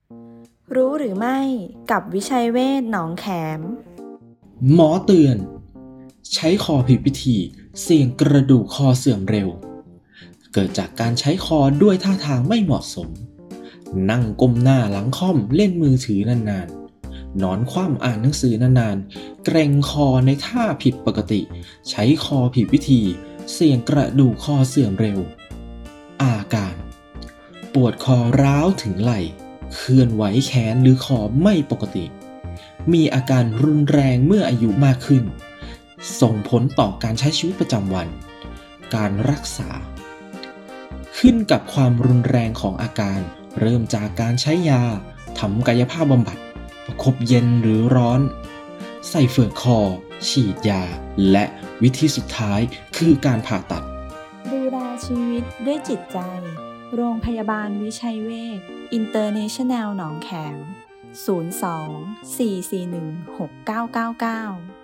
รู้หรือไม่กับวิชัยเวชหนองแขมหมอเตือนใช้คอผิดวิธีเสี่ยงกระดูกคอเสื่อมเร็วเกิดจากการใช้คอด้วยท่าทางไม่เหมาะสมนั่งก้มหน้าหลังค่อมเล่นมือถือนานๆนอนคว่ำอ่านหนังสือนานๆเกร็งคอในท่าผิดปกติใช้คอผิดวิธีเสี่ยงกระดูกคอเสื่อมเร็วอาการปวดคอร้าวถึงไหล่เคลื่อนไหวแขนหรือคอไม่ปกติมีอาการรุนแรงเมื่ออายุมากขึ้นส่งผลต่อการใช้ชีวิตประจำวันการรักษาขึ้นกับความรุนแรงของอาการเริ่มจากการใช้ยาทำกายภาพบำบัดประคบเย็นหรือร้อนใส่เฝือกคอฉีดยาและวิธีสุดท้ายคือการผ่าตัดดูแลชีวิตด้วยจิตใจโรงพยาบาลวิชัยเวชอินเตอร์เนชั่นแนลหนองแขม02 441 6999